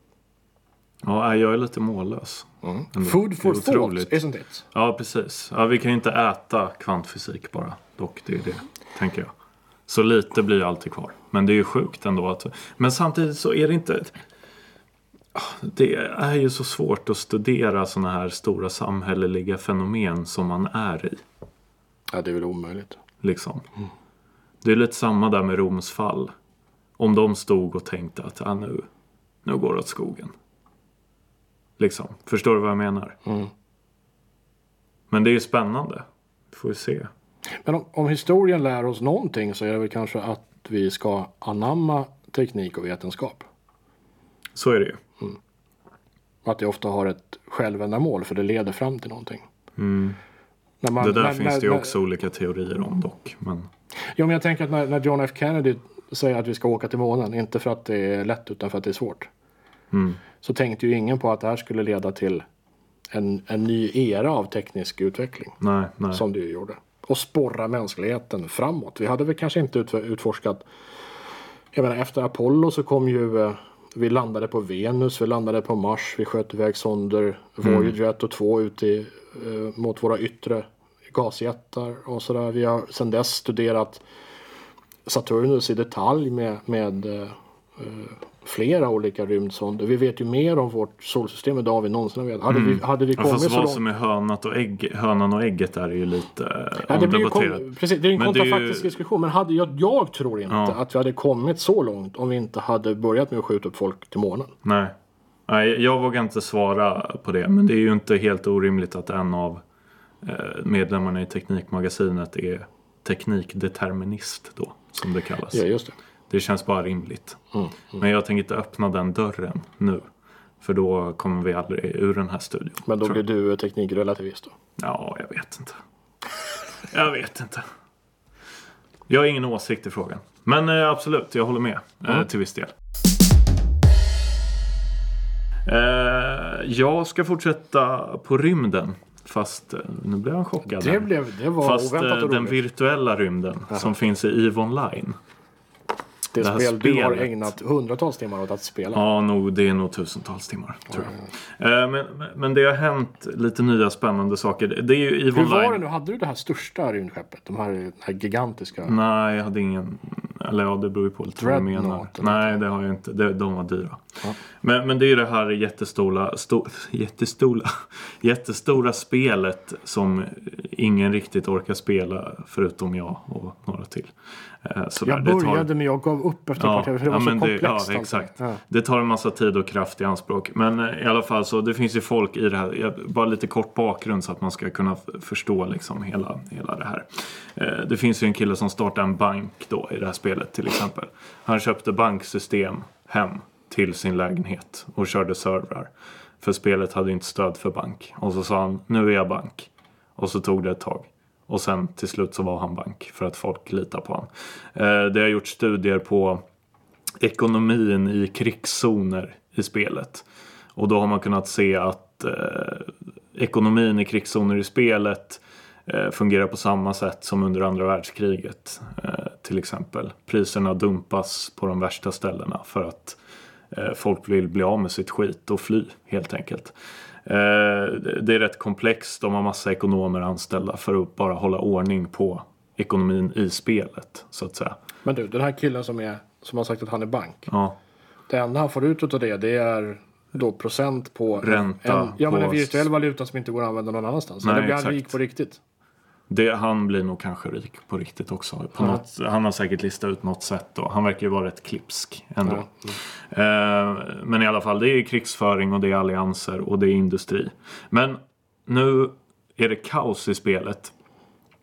Ja, jag är lite mållös. Food for thought, isn't it? Ja, precis. Ja, vi kan ju inte äta kvantfysik bara. Dock, det är det, tänker jag. Så lite blir alltid kvar. Men det är ju sjukt ändå. Men samtidigt så är det inte... Det är ju så svårt att studera såna här stora samhälleliga fenomen som man är i. Ja, det är väl omöjligt. Liksom. Det är lite samma där med Roms fall. Om de stod och tänkte att nu går det åt skogen. Liksom. Förstår du vad jag menar? Men det är ju spännande. Får vi se. Men om historien lär oss någonting så är det väl kanske att vi ska anamma teknik och vetenskap. Så är det ju. Att det ofta har ett självändamål för det leder fram till någonting. Det där finns det ju också olika teorier om dock. Men... Ja, men jag tänker att när John F. Kennedy säger att vi ska åka till månen, inte för att det är lätt utan för att det är svårt. Så tänkte ju ingen på att det här skulle leda till en ny era av teknisk utveckling. Nej. Som det ju gjorde. Och sporra mänskligheten framåt. Vi hade väl kanske inte utforskat... Jag menar, efter Apollo så kom ju... Vi landade på Venus, vi landade på Mars, vi sköt iväg sonder, Voyager 1 och 2 ut mot våra yttre gasjättar och sådär. Vi har sedan dess studerat Saturnus i detalj med flera olika rymdsonder. Vi vet ju mer om vårt solsystem idag än vi någonsin vet. Hade vi kommit så långt... vad som är hönan och ägget är ju lite omdebatterat. Precis, det är en kontrafaktisk diskussion. Men jag tror inte att vi hade kommit så långt om vi inte hade börjat med att skjuta upp folk till månen. Nej, jag vågar inte svara på det. Men det är ju inte helt orimligt att en av medlemmarna i Teknikmagasinet är teknikdeterminist då, som det kallas. Ja, just det. Det känns bara rimligt. Men jag tänker inte öppna den dörren nu. För då kommer vi aldrig ur den här studion. Men då blir du teknikrelativist då? Ja, jag vet inte. Jag har ingen åsikt i frågan. Men absolut, jag håller med till viss del. Jag ska fortsätta på rymden. Fast nu blev jag chockad. Det var fast oväntat och den roligt. virtuella rymden som finns i EVE Online. Det spel du har ägnat hundratals timmar åt att spela. Ja, det är nog tusentals timmar, tror jag. Men det har hänt lite nya spännande saker. Det är ju EVE Online. Hur var det nu? Hade du det här största rymdskeppet? De här gigantiska... Nej, jag hade ingen... Eller ja, det beror ju på lite vad du menar. Nej, det har jag inte. De var dyra. Ja. Men det är ju det här jättestora spelet som ingen riktigt orkar spela förutom jag och några till. Jag började men jag gav upp efter ett par timmar. Det var så komplext. Ja, exakt. Ja. Det tar en massa tid och kraft i anspråk. Men i alla fall så det finns ju folk i det här. Bara lite kort bakgrund så att man ska kunna förstå liksom hela det här. Det finns ju en kille som startade en bank då i det här spelet till exempel. Han köpte banksystem hem till sin lägenhet och körde servrar. För spelet hade inte stöd för bank. Och så sa han, nu är jag bank. Och så tog det ett tag. Och sen till slut så var han bank för att folk litar på han. Det har gjort studier på ekonomin i krigszoner i spelet. Och då har man kunnat se att ekonomin i krigszoner i spelet fungerar på samma sätt som under andra världskriget. Till exempel. Priserna dumpas på de värsta ställena för att folk vill bli av med sitt skit och fly helt enkelt. Det är rätt komplext. De har massa ekonomer anställda för att bara hålla ordning på ekonomin i spelet så att säga. Men du, den här killen som har sagt att han är bank. Ja. Det enda han får ut av det är då procent på ränta. Men en virtuell valuta som inte går att använda någon annanstans. Nej, så det blir exakt. Han rik på riktigt. Han blir nog kanske rik på riktigt också. Han har säkert listat ut något sätt då. Han verkar ju vara rätt klipsk ändå. Men i alla fall, det är krigsföring och det är allianser och det är industri. Men nu är det kaos i spelet.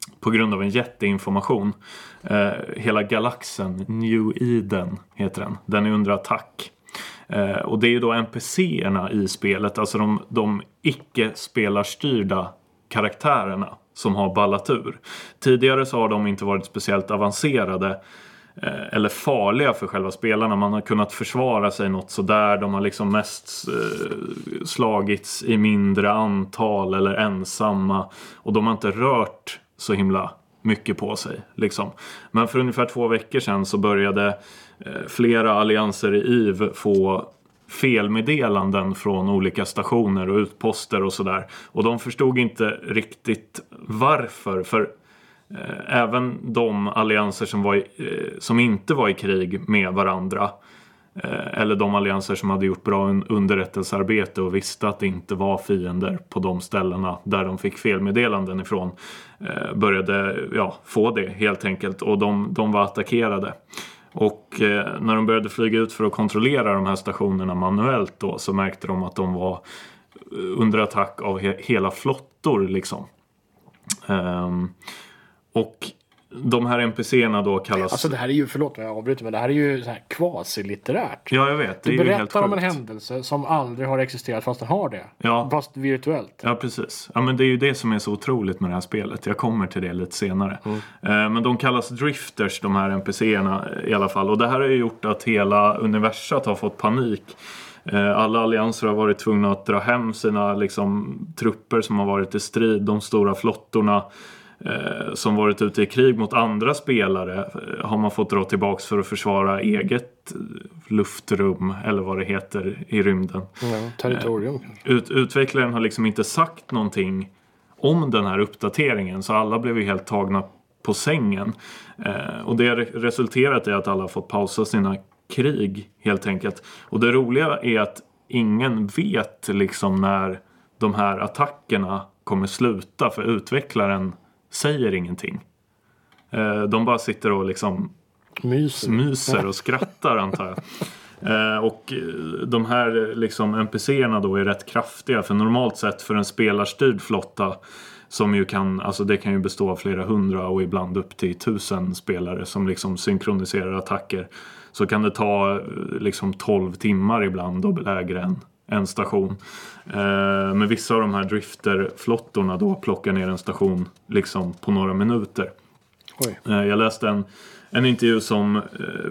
på grund av en jätteinformation. Hela galaxen, New Eden heter den. Den är under attack. Och det är ju då NPCerna i spelet, alltså de icke-spelarstyrda karaktärerna som har ballat ur. Tidigare så har de inte varit speciellt avancerade eller farliga för själva spelarna. Man har kunnat försvara sig något sådär. De har liksom mest slagits i mindre antal eller ensamma. Och de har inte rört så himla mycket på sig liksom. Men för ungefär 2 veckor sedan så började flera allianser i EVE få felmeddelanden från olika stationer och utposter och sådär. Och de förstod inte riktigt varför. För även de allianser som inte var i krig med varandra, eller de allianser som hade gjort bra underrättelsearbete och visste att det inte var fiender på de ställena där de fick felmeddelanden ifrån, började få det helt enkelt. Och de var attackerade. Och när de började flyga ut för att kontrollera de här stationerna manuellt då, så märkte de att de var under attack av hela flottor liksom. Och de här NPCerna då kallas... Alltså det här är ju, förlåt jag avbryter, men det här är ju så här quasi-litterärt. Ja, jag vet. Det du är ju helt berättar om en sjukt. händelse som aldrig har existerat fast den har det. Ja. Fast virtuellt. Ja, precis. Ja, men det är ju det som är så otroligt med det här spelet. Jag kommer till det lite senare. Men de kallas drifters, de här NPCerna i alla fall. Och det här har ju gjort att hela universat har fått panik. Alla allianser har varit tvungna att dra hem sina liksom, trupper som har varit i strid. De stora flottorna som varit ute i krig mot andra spelare har man fått dra tillbaks för att försvara eget luftrum eller vad det heter i rymden. Ja, territorium kanske. Utvecklaren har liksom inte sagt någonting om den här uppdateringen, så alla blev ju helt tagna på sängen. Och det har resulterat i att alla har fått pausa sina krig helt enkelt. Och det roliga är att ingen vet liksom när de här attackerna kommer sluta, för utvecklaren säger ingenting. De bara sitter och liksom myser och skrattar antar jag. Och de här liksom NPCerna då är rätt kraftiga, för normalt sett för en spelarstyrd flotta som ju kan, alltså det kan ju bestå av flera hundra och ibland upp till 1000 spelare som liksom synkroniserar attacker, så kan det ta liksom 12 timmar ibland att belägra en station. Men vissa av de här drifterflottorna då plockar ner en station liksom på några minuter. Oj. Jag läste en intervju som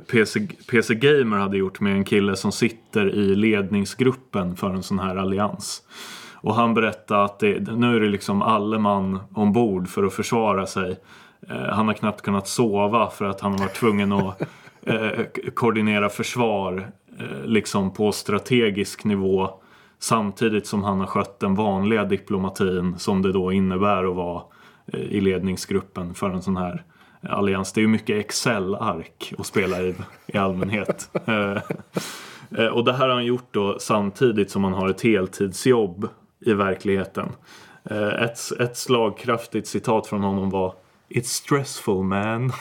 PC Gamer hade gjort med en kille som sitter i ledningsgruppen för en sån här allians. Och han berättade att nu är det liksom alla man ombord för att försvara sig. Han har knappt kunnat sova för att han har varit tvungen att koordinera försvar liksom på strategisk nivå, samtidigt som han har skött den vanliga diplomatin som det då innebär att vara i ledningsgruppen för en sån här allians. Det är ju mycket Excel-ark att spela i allmänhet. Och det här har han gjort då samtidigt som han har ett heltidsjobb i verkligheten. Ett slagkraftigt citat från honom var "It's stressful, man."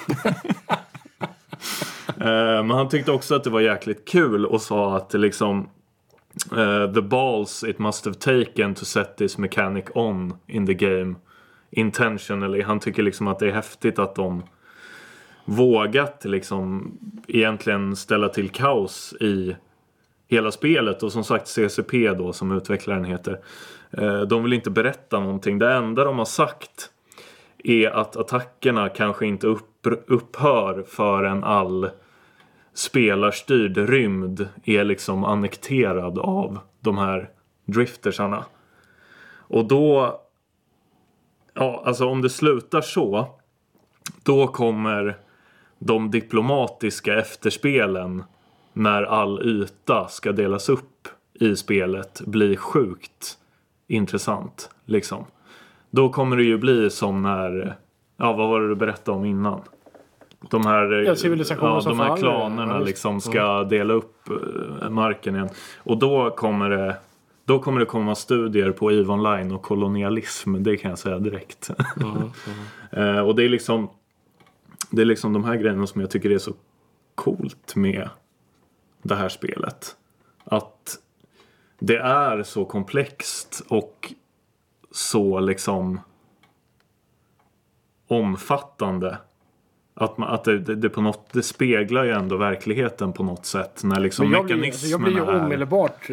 Men han tyckte också att det var jäkligt kul och sa att liksom the balls it must have taken to set this mechanic on in the game intentionally. Han tycker liksom att det är häftigt att de vågat liksom egentligen ställa till kaos i hela spelet. Och som sagt CCP då, som utvecklaren heter, de vill inte berätta någonting. Det enda de har sagt är att attackerna kanske inte upphör förrän all spelarstyrd rymd är liksom annekterad av de här driftersarna. Och då, ja, alltså om det slutar så, då kommer de diplomatiska efterspelen när all yta ska delas upp i spelet bli sjukt intressant liksom. Då kommer det ju bli som när, ja, vad var det du berättade om innan? De här, de här klanerna liksom ska dela upp marken igen. Och då kommer det komma studier på EVE Online och kolonialism, det kan jag säga direkt. Och det är liksom de här grejerna som jag tycker är så coolt med det här spelet. Att det är så komplext och så liksom omfattande. Att det på något, det speglar ju ändå verkligheten på något sätt. När liksom jag mekanismerna blir ju omedelbart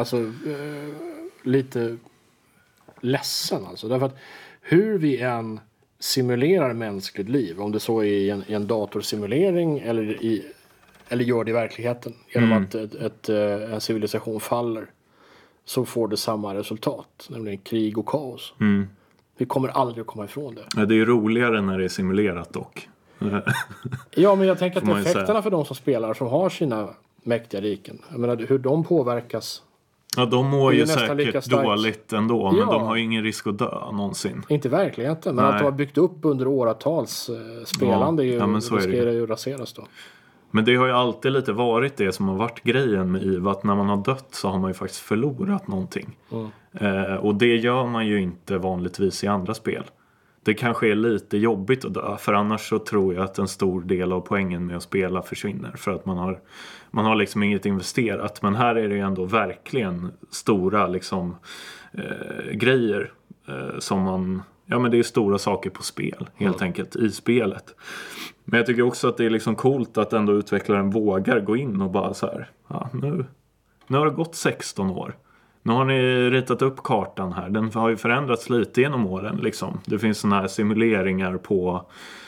lite ledsen alltså. Därför att hur vi än simulerar mänskligt liv, om det så är i en datorsimulering eller gör det i verkligheten genom att en civilisation faller, så får det samma resultat, nämligen krig och kaos. Vi kommer aldrig att komma ifrån det. Ja, det är ju roligare när det är simulerat dock. Ja, men jag tänker att effekterna för de som spelar, som har sina mäktiga riken, jag menar, hur de påverkas. Ja, de mår ju säkert dåligt ändå, men de har ju ingen risk att dö någonsin. Inte i verkligheten, men att de har byggt upp under åratals spelande, riskerar ju att raseras då. Men det har ju alltid lite varit det som har varit grejen med EVE, att när man har dött så har man ju faktiskt förlorat någonting. Och det gör man ju inte vanligtvis i andra spel. Det kanske är lite jobbigt att dö, för annars så tror jag att en stor del av poängen med att spela försvinner. För att man har liksom inget investerat. Men här är det ju ändå verkligen stora liksom, grejer som man... Ja, men det är stora saker på spel, helt enkelt, i spelet. Men jag tycker också att det är liksom coolt att ändå utvecklaren vågar gå in och bara så här... Ja, nu har det gått 16 år. Nu har ni ritat upp kartan här. Den har ju förändrats lite genom åren. Liksom. Det finns såna här simuleringar på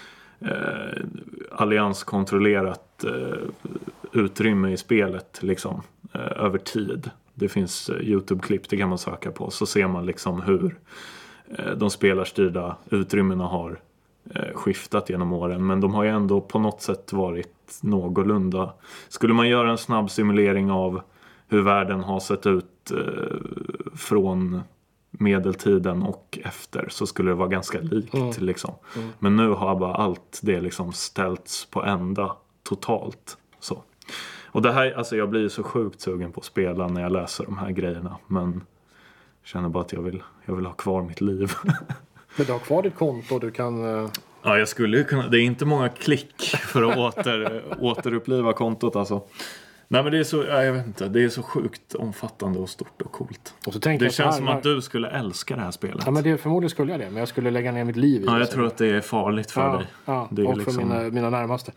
allianskontrollerat utrymme i spelet liksom, över tid. Det finns YouTube-klipp, det kan man söka på. Så ser man liksom hur de spelarstyrda utrymmena har skiftat genom åren. Men de har ju ändå på något sätt varit någorlunda. Skulle man göra en snabb simulering av hur världen har sett ut från medeltiden och efter, så skulle det vara ganska likt liksom. Men nu har bara allt det liksom ställts på ända totalt så. Och det här, alltså jag blir så sjukt sugen på att spela när jag läser de här grejerna, men känner bara att jag vill ha kvar mitt liv. Men du har kvar ditt konto, du kan... Ja, jag skulle ju kunna. Det är inte många klick för att återuppliva kontot alltså. Nej, men det är så, jag vet inte, det är så sjukt omfattande och stort och coolt. Och så det känns som att du skulle älska det här spelet. Ja, men förmodligen skulle jag det, men jag skulle lägga ner mitt liv i det. Ja, jag tror att det är farligt för dig. Ja, det är och liksom... för mina närmaste.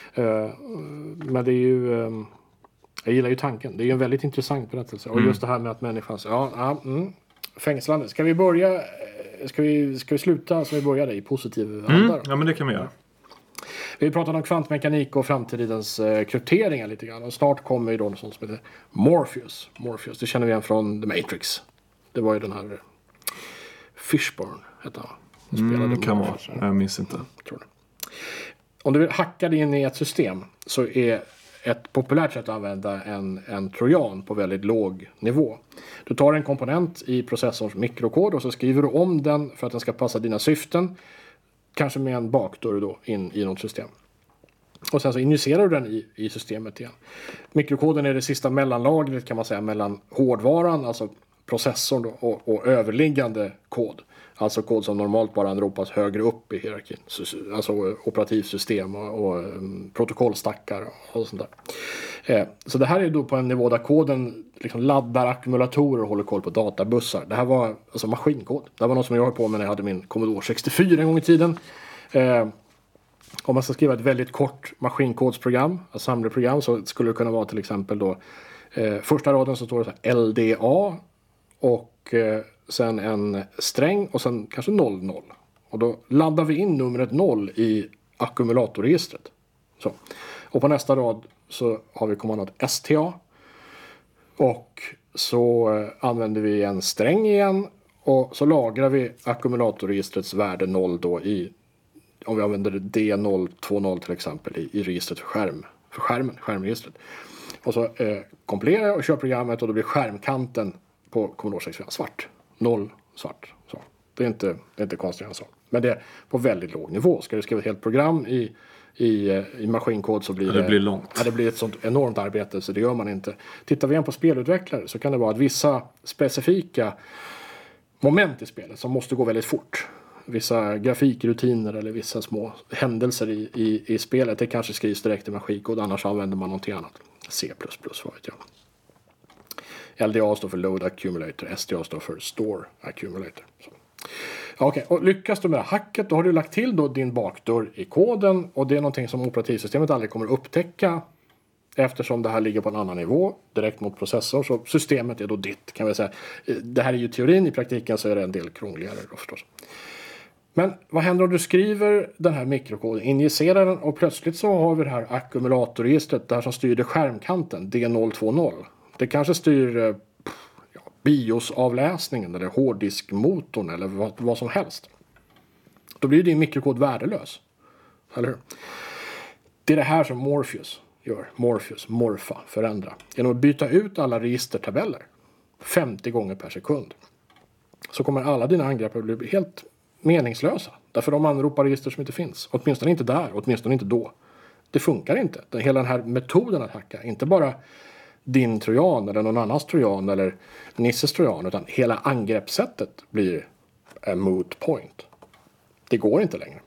Men det är ju... jag gillar ju tanken. Det är ju en väldigt intressant berättelse. Och just det här med att människan... fängslande. Ska vi börja... Ska vi sluta som vi började i positiv anda? Ja, men det kan vi göra. Vi pratade om kvantmekanik och framtidens krypteringar lite grann. Och snart kommer ju då något som heter Morpheus. Morpheus, det känner vi igen från The Matrix. Det var ju den här Fishburne, hette han. Kan vara. Jag minns inte. Tror det. Om du vill hacka dig in i ett system, så är ett populärt sätt att använda en trojan på väldigt låg nivå. Du tar en komponent i processorns mikrokod och så skriver du om den för att den ska passa dina syften. Kanske med en bakdörr då in i något system. Och sen så injicerar du den i systemet igen. Mikrokoden är det sista mellanlagret, kan man säga, mellan hårdvaran, alltså processorn då, och överliggande kod. Alltså kod som normalt bara anropas högre upp i hierarkin. Alltså operativsystem och protokollstackar och sånt där. Så det här är då på en nivå där koden liksom laddar ackumulatorer och håller koll på databussar. Det här var alltså maskinkod. Det här var något som jag höll på med när jag hade min Commodore 64 en gång i tiden. Om man ska skriva ett väldigt kort maskinkodsprogram, assemblerprogram, så skulle det kunna vara till exempel då första raden så står det så här LDA och sen en sträng och sen kanske 00. Och då laddar vi in numret 0 i ackumulatorregistret. Så. Och på nästa rad så har vi kommandot STA. Och så använder vi en sträng igen. Och så lagrar vi ackumulatorregistrets värde 0 då i, om vi använder D020 till exempel i registret för skärmregistret. Och så kompilerar jag och kör programmet och då blir skärmkanten på Commodore 64 svart. 0 svart. Så. Det är inte konstigt än så. Men det är på väldigt låg nivå. Ska du skriva ett helt program i maskinkod så blir det blir långt. Ja, det blir ett sånt enormt arbete, så det gör man inte. Tittar vi igen på spelutvecklare så kan det vara att vissa specifika moment i spelet som måste gå väldigt fort. Vissa grafikrutiner eller vissa små händelser i spelet, det kanske skrivs direkt i maskinkod, annars använder man någonting annat. C++, vad vet jag. LDA står för Load Accumulator, STA står för Store Accumulator. Så. Okej, och lyckas du med det här hacket, då har du lagt till då din bakdörr i koden. Och det är någonting som operativsystemet aldrig kommer upptäcka. Eftersom det här ligger på en annan nivå direkt mot processor. Så systemet är då ditt, kan vi säga. Det här är ju teorin, i praktiken så är det en del krångligare då förstås. Men vad händer om du skriver den här mikrokoden, injicerar den och plötsligt så har vi det här ackumulatorregistret där som styr skärmkanten, D020. Det kanske styr BIOS-avläsningen eller hårddiskmotorn eller vad som helst. Då blir din mikrokod värdelös. Eller hur? Det är det här som Morpheus gör. Morpha, förändra. Genom att byta ut alla registertabeller 50 gånger per sekund. Så kommer alla dina angrepp att bli helt meningslösa. Därför de anropar register som inte finns. Åtminstone inte där, åtminstone inte då. Det funkar inte. Hela den här metoden att hacka, inte bara din trojan eller någon annans trojan eller Nisses trojan, utan hela angreppssättet blir a moot point. Det går inte längre.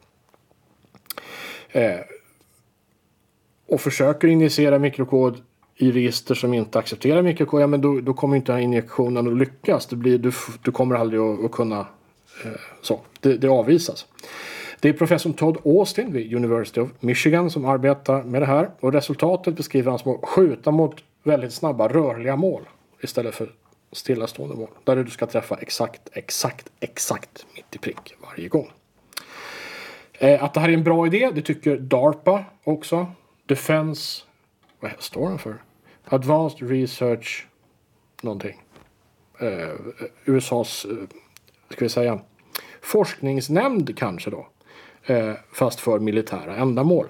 Och försöker injicera mikrokod i register som inte accepterar mikrokod, ja, men då kommer inte den här injektionen att lyckas. Du kommer aldrig att kunna det avvisas. Det är professor Todd Austin vid University of Michigan som arbetar med det här. Och resultatet beskriver han som att skjuta mot väldigt snabba rörliga mål istället för stillastående mål. Där du ska träffa exakt mitt i prick varje gång. Att det här är en bra idé, det tycker DARPA också. Defense, vad står den för? Advanced Research någonting. USAs, ska vi säga, forskningsnämnd kanske då. Fast för militära ändamål.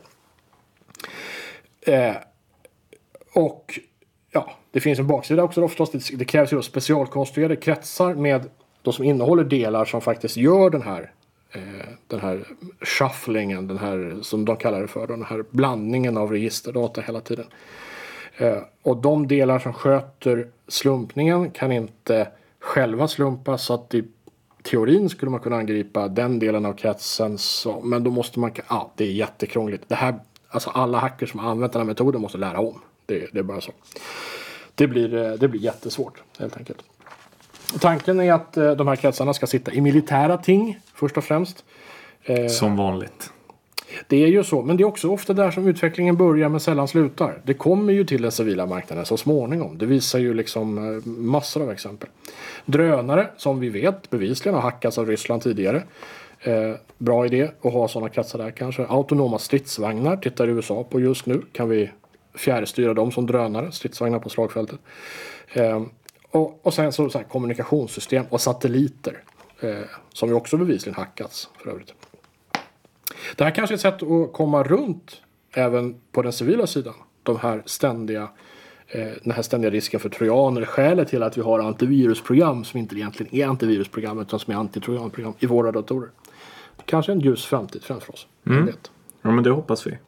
Och ja, det finns en baksida också då förstås. Det krävs ju då specialkonstruerade kretsar med de som innehåller delar som faktiskt gör den här shufflingen, den här som de kallar det för, den här blandningen av registerdata hela tiden. Och de delar som sköter slumpningen kan inte själva slumpa, så att i teorin skulle man kunna angripa den delen av kretsen, men då måste man, det är jättekrångligt. Det här, alltså alla hackers som har använt den här metoden måste lära om. Det är bara så. Det blir jättesvårt helt enkelt. Tanken är att de här kretsarna ska sitta i militära ting först och främst. Som vanligt. Det är ju så, men det är också ofta där som utvecklingen börjar men sällan slutar. Det kommer ju till den civila marknaden så småningom. Det visar ju liksom massor av exempel. Drönare, som vi vet, bevisligen har hackats av Ryssland tidigare. Bra idé att ha sådana kretsar där kanske. Autonoma stridsvagnar tittar USA på just nu. Kan vi fjärrstyra dem som drönare, stridsvagnar på slagfältet. Och sen så här, kommunikationssystem och satelliter. Som ju också bevisligen hackats för övrigt. Det här kanske är ett sätt att komma runt även på den civila sidan. Den här ständiga risken för trojaner. Skälet till att vi har antivirusprogram som inte egentligen är antivirusprogram utan som är antitrojanprogram i våra datorer. Kanske en ljus framtid framför oss. Ja, men det hoppas vi.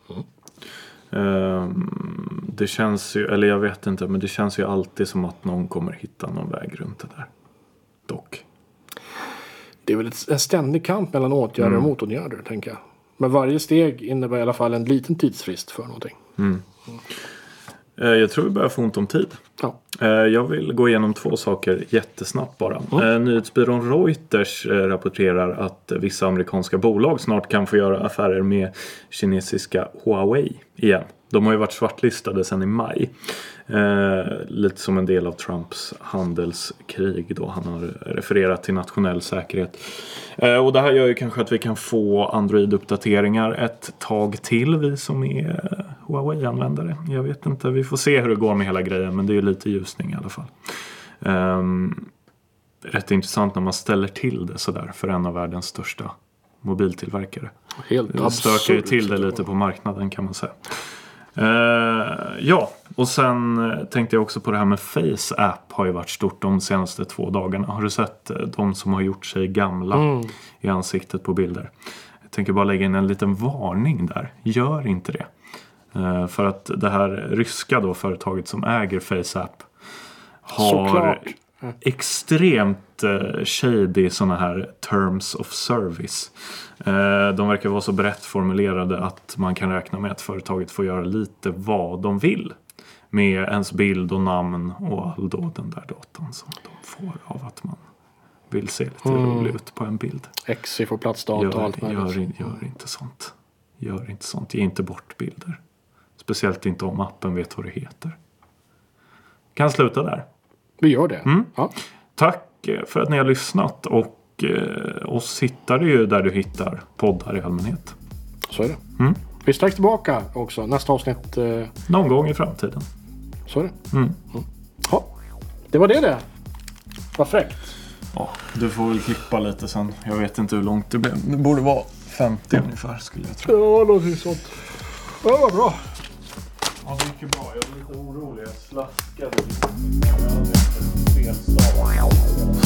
Det känns ju, eller jag vet inte, men det känns ju alltid som att någon kommer hitta någon väg runt det där. Dock. Det är väl en ständig kamp mellan åtgärder och motåtgärder, tänker jag. Men varje steg innebär i alla fall en liten tidsfrist för någonting. Jag tror vi börjar få ont om tid. Ja. Jag vill gå igenom 2 saker jättesnabbt bara. Nyhetsbyrån Reuters rapporterar att vissa amerikanska bolag snart kan få göra affärer med kinesiska Huawei igen. De har ju varit svartlistade sedan i maj. Lite som en del av Trumps handelskrig då. Han har refererat till nationell säkerhet. Och det här gör ju kanske att vi kan få Android-uppdateringar ett tag till, vi som är Huawei-användare. Jag vet inte, vi får se hur det går med hela grejen, men det är ju lite ljusning i alla fall. Rätt intressant när man ställer till det sådär för en av världens största mobiltillverkare. Helt stökar ju till det lite på marknaden, kan man säga. Och sen tänkte jag också på det här med Face App har ju varit stort de senaste 2 dagarna. Har du sett de som har gjort sig gamla i ansiktet på bilder? Jag tänker bara lägga in en liten varning där. Gör inte det. För att det här ryska då företaget som äger Face App har extremt shady såna här terms of service. De verkar vara så brett formulerade att man kan räkna med att företaget får göra lite vad de vill med ens bild och namn och all då den där datan som de får av att man vill se lite rolig ut på en bild. XC får plats data och allt möjligt. Gör inte sånt. Gör inte sånt. Ge inte bort bilder. Speciellt inte om appen vet vad det heter. Kan sluta där. Vi gör det. Ja. Tack för att ni har lyssnat. Och oss hittar du ju där du hittar poddar i allmänhet. Så är det. Vi är strax tillbaka också. Nästa avsnitt. Någon gång i framtiden. Så är det. Ja. Det var det. Vad fräckt. Ja, du får väl klippa lite sen. Jag vet inte hur långt det blev. Det borde vara 50 ungefär skulle jag tro. Ja, någonting sånt. Ja, vad bra. Ja, det gick ju bra. Jag var lite orolig. Jag slaskade lite. Jag hade fel stav.